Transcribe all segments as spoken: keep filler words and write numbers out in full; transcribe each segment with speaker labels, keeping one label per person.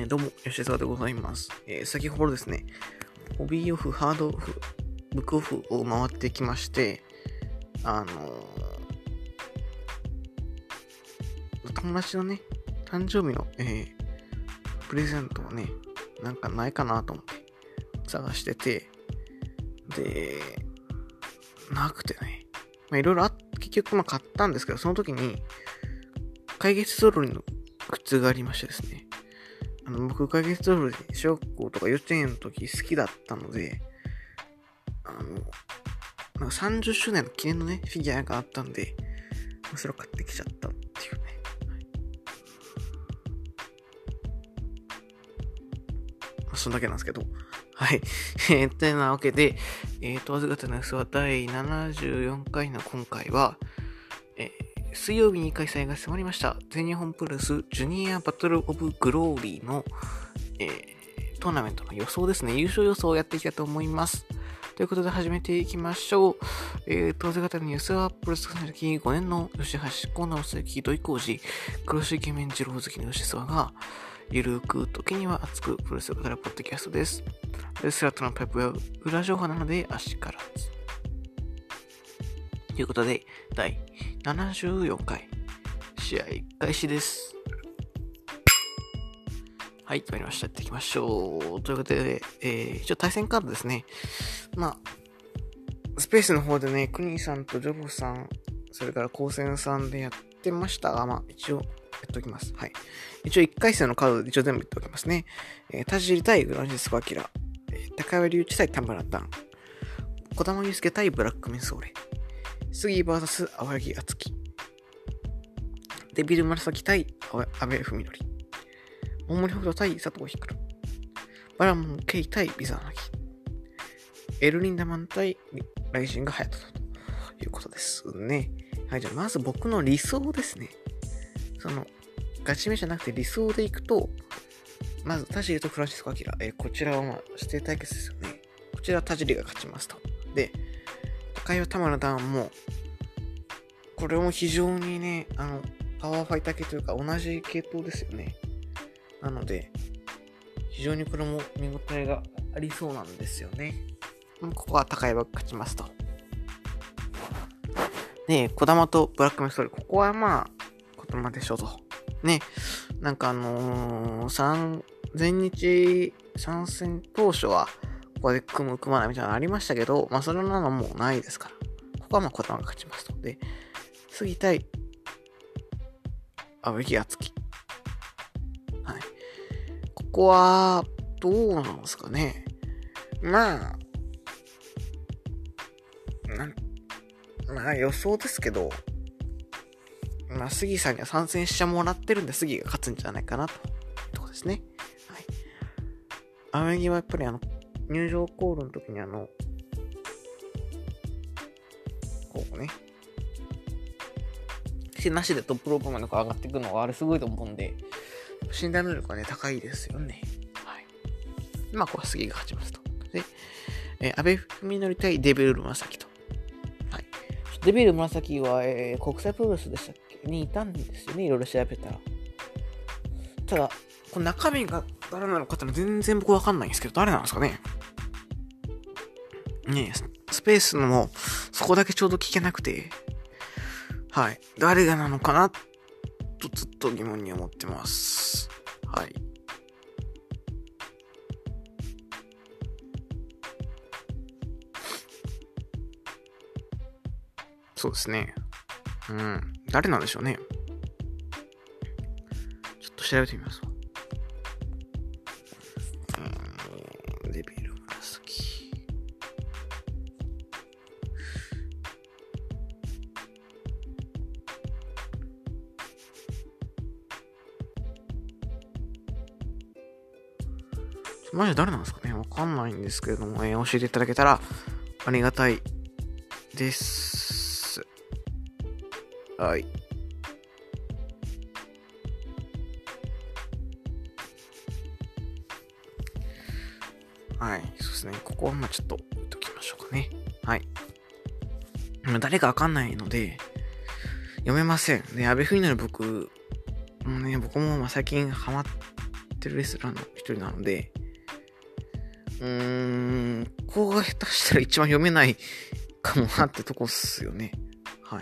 Speaker 1: ー、どうも、吉沢でございます。えー、先ほどですね、ホビーオフ、ハードオフ、ブックオフを回ってきまして、あのー、友達のね、誕生日の、えー、プレゼントをね、なんかないかなと思って探してて、で、なくてね、まあ、いろいろあって、結局まあ買ったんですけど、その時に、解月ゾロリのグッズがありましてですね、あの僕、解月ゾロリ、小学校とか幼稚園の時好きだったので、あの、なんかさんじゅっしゅうねんの記念のね、フィギュアがあったんで、それを買ってきちゃったっていうね。はい、まあ、そんだけなんですけど。はい。えー、というわけで、えー、問わず型の様子はだいななじゅうよんかいの今回は、えー、水曜日に開催が迫りました、全日本プロレスジュニアバトルオブグローリーの、えー、トーナメントの予想ですね、優勝予想をやっていきたいと思います。ということで始めていきましょう。えー、当然型のニュースは、プロレス関係ごねんの吉橋、河野正幸、土井浩二、黒潮イケメン二郎好きの吉沢が、ゆるく時には熱くプロレスを語るポッドキャストです。レスラーとのパイプは裏情報なので足からず。ということで、だいななじゅうよんかい、試合開始です。はい、参りました。やっていきましょう。ということで、えー、一応対戦カードですね。まあ、スペースの方でね、クニーさんとジョブさん、それから高専さんでやってましたが、まあ、一応、やっておきます。はい。一応いっかい戦のカードで一応全部言っておきますね。えー、田尻対グランジスコアキラ、えー、高岩隆一対田村ダン、児玉悠介対ブラックメンソーレ、杉 ブイエス 青柳敦樹、デビル紫対阿部文則、大森北斗対佐藤光、バラモンケイ対ビザナギ、エルリンダマン対ライジングハヤトということですね。はい、じゃあまず僕の理想ですね。その、ガチめじゃなくて理想でいくと、まず田尻とフランシスコ・アキラ、えー、こちらはまあ指定対決ですよね。こちらは田尻が勝ちますと。で、高岩田村ダンも、これも非常にね、あの、パワーファイター系というか同じ系統ですよね。なので、非常にこれも見応えがありそうなんですよね。ここは高岩が勝ちますと。で、児玉とブラックメンストーリー、ここはまあ、児玉でしょと。ね、なんかあのー、三、前日参戦当初は、ここで組む組まないみたいなのありましたけど、まあそれなのもうないですから。ここはまあ児玉が勝ちますと。で、杉対青柳敦樹。はい。ここは、どうなんですかね。まあ、なん、まあ予想ですけど、まあ杉さんには参戦してもらってるんで、杉が勝つんじゃないかなというところですね。はい。青柳はやっぱりあの、入場コールの時にあの、こうね、手なしでトップロープまで上がっていくのはあれすごいと思うんで、身体能力はね、高いですよね。はい。まあ、これは杉が勝ちますと。で、えー、阿部文則対デビル紫と。はい。デビル紫は、えー、国際プロレスでしたっけにいたんですよね。いろいろ調べたら。ただ、この中身が誰なのかってのは全然僕わかんないんですけど、誰なんですかね。ねえ、スペースのも、そこだけちょうど聞けなくて、はい。誰がなのかなとずっと疑問に思ってます。はい。そうですね。うん。誰なんでしょうね。ちょっと調べてみますわ。うん。デビル紫。マジで誰なんですかね、わかんないんですけれども、えー、教えていただけたらありがたいです。はい。はい。そうですね。ここはまあちょっと置いときましょうかね。はい。誰かわかんないので、読めません。で、安倍文則僕、もうね、僕もまあ最近ハマっててるレスラーの一人なので、うーん、ここが下手したら一番読めないかもなってとこっすよね。はい。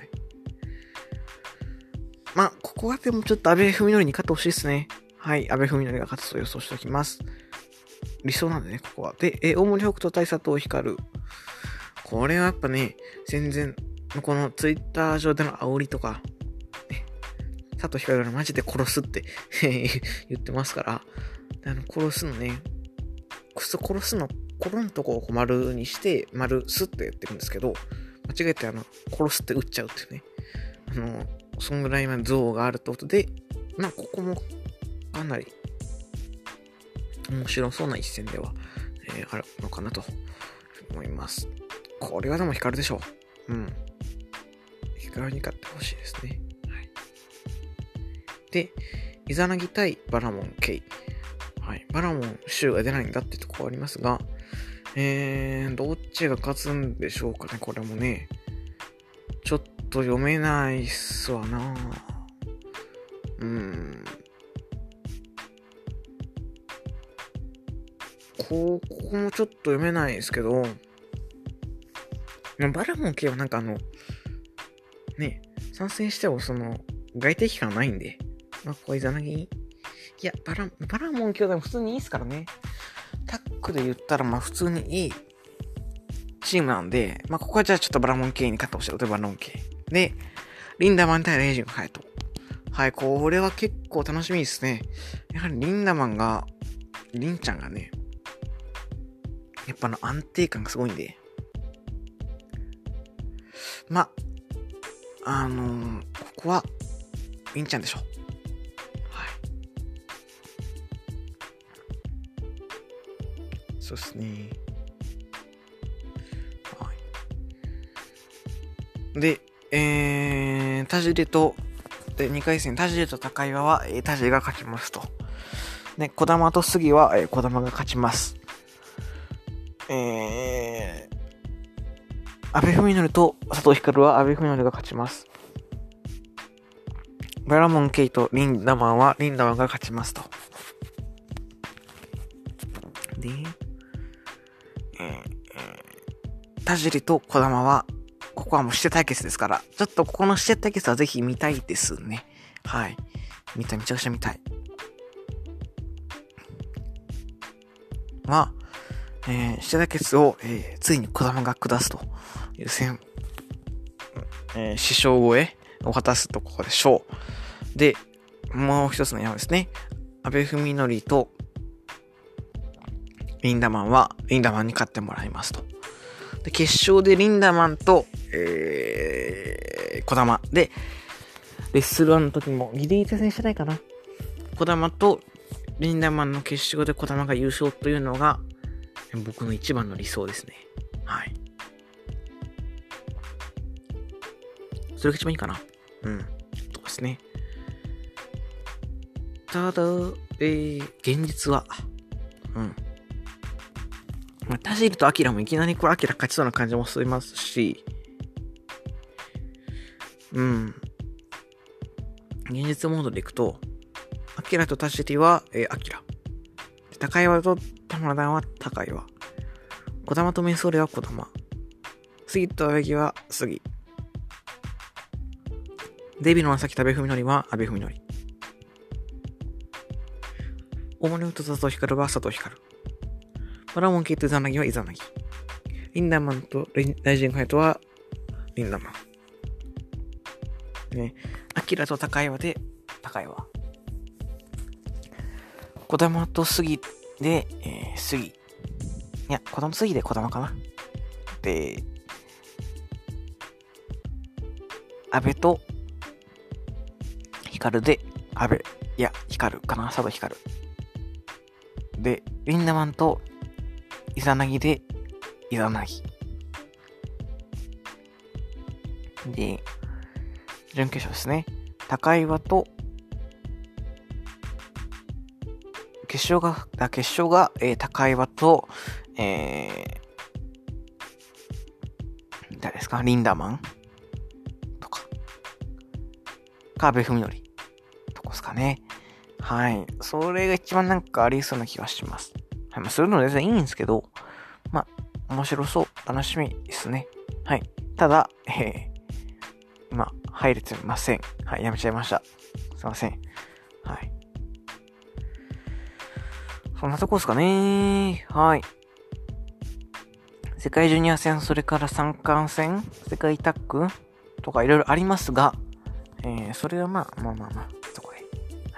Speaker 1: まあ、ここはでもちょっと安倍文則に勝ってほしいですね。はい、安倍文則が勝つと予想しておきます。理想なんでね、ここは。で、え、大森北斗対佐藤光。これはやっぱね、全然、このツイッター上での煽りとか、ね、佐藤光がマジで殺すって言ってますから、あの殺すのね、殺すの、コロンとこう丸にして、丸スッてやってるんですけど、間違えてあの、殺すって打っちゃうっていうね。あの、そんぐらい像があるってことで、まあ、ここもかなり面白そうな一戦では、えー、あるのかなと思います。これはでも光るでしょう。うん。光に勝ってほしいですね。はい。で、イザナギ対バラモン K。はい。バラモン州が出ないんだってところありますが、えー、どっちが勝つんでしょうかね、これもね。ちょっと読めないっすわな。うーん。ここもちょっと読めないですけど、バラモン系はなんかあの、ね、参戦してもその、外敵感ないんで、まあ、ここはイザナギに。いや、バラ、バラモン系はでも普通にいいですからね。タックで言ったらまあ普通にいいチームなんで、まあここはじゃあちょっとバラモン系に勝ってほしい。バラモン系。で、リンダマン対レイジンハヤト。はい、これは結構楽しみですね。やはりリンダマンが、リンちゃんがね、やっぱあの安定感がすごいんで、ま、あのー、ここは、リンちゃんでしょ。はい。そうですね。はい。で、えー、田尻と、で、にかい戦、田尻と高岩は、えー、田尻が勝ちますと。で、児玉と杉は、えー、児玉が勝ちます。えー、安倍文則と佐藤光は安倍文則が勝ちます。バラモン・ケイとリンダマンはリンダマンが勝ちますと。で、えー、田尻と児玉は、ここはもうして対決ですから、ちょっとここのして対決はぜひ見たいですね。はい。見たい、めちゃくちゃ見たい。まあ、えー、して対決を、えー、ついに児玉が下すという戦、えー、師匠超えを果たすところでしょう。で、もう一つの山ですね。安倍文則とリンダマンはリンダマンに勝ってもらいますと。で、決勝でリンダマンと、えー、児玉で、レッスルワンの時もギリギリ対戦してないかな。児玉とリンダマンの決勝で児玉が優勝というのが僕の一番の理想ですね。はい。それが一番いいかな。うん。そうですね。ただ、えー、現実は、うん。まあ、田尻とアキラもいきなりこれアキラ勝ちそうな感じもしますし、うん。現実モードでいくと、アキラと田尻は、えー、アキラ。高岩と田村段は高岩。児玉とメンソーレは児玉。杉と青柳は杉。デビの正木と安倍文則は安倍文則。大森と佐藤光は佐藤光。バラモン系とイザナギはイザナギ。リンダマンとライジングハイトはリンダマン。ね。アキラと高岩で高岩。児玉と杉で、えー、杉。いや、児玉と杉で児玉かな。で、安倍と光で安倍。いや、光かな。佐藤光。で、リンダマンとイザナギでイザナギ。で、準決勝ですね。高岩と、決勝が、あ決勝が、えー、高岩と、えー、誰ですかリンダマンとか、か、安倍文則とかですかね。 はい。それが一番なんかありそうな気がします。はい。まあ、するの全然いいんですけど、まあ、面白そう。楽しみですね。はい。ただ、えー、今、入れてません。はい。やめちゃいました。すいません。はい。そんなとこですかね。はい。世界ジュニア戦、それから三冠戦、世界タッグとかいろいろありますが、えー、それはまあ、まあまあまあ、そこで。はい。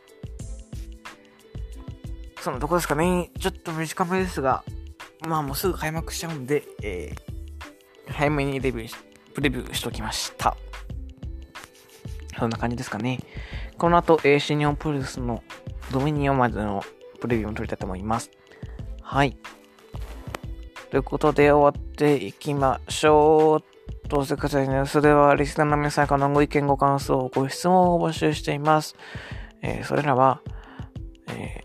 Speaker 1: そのとこですかね。ちょっと短めですが、まあもうすぐ開幕しちゃうんで、えー、早めにレビューし、プレビューしときました。そんな感じですかね。この後、えー、新日本プロレスのドミニオンまでのプレビューも撮りたいと思います。はい。ということで終わっていきましょう。どうせかさいね。それではリスナーの皆さんからのご意見、ご感想、ご質問を募集しています。えー、それらは、え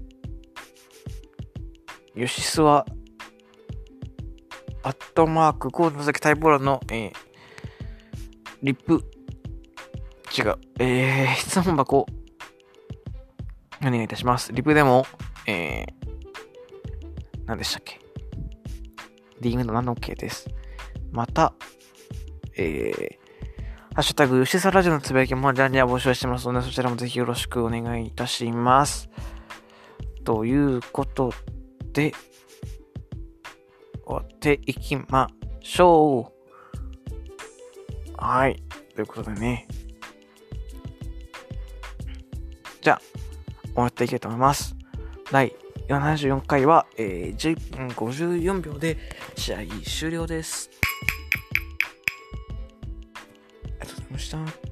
Speaker 1: ー、ヨシスワ、アットマーク、コードの先タイプロの、えー、リップ、違う、えー、質問箱、お願いいたします。リプでも、えー、何でしたっけ ディーエム の何の OK です。また、えー、ハッシュタグ、吉沢ラジオのつぶやきもじゃんじゃん募集してますので、そちらもぜひよろしくお願いいたします。ということで、終わっていきましょう。はい。ということでね。じゃあ、終わっていきたいと思います。だいななじゅうよんかいは、えー、じゅっぷんごじゅうよんびょうで試合終了です。ありがとうございました。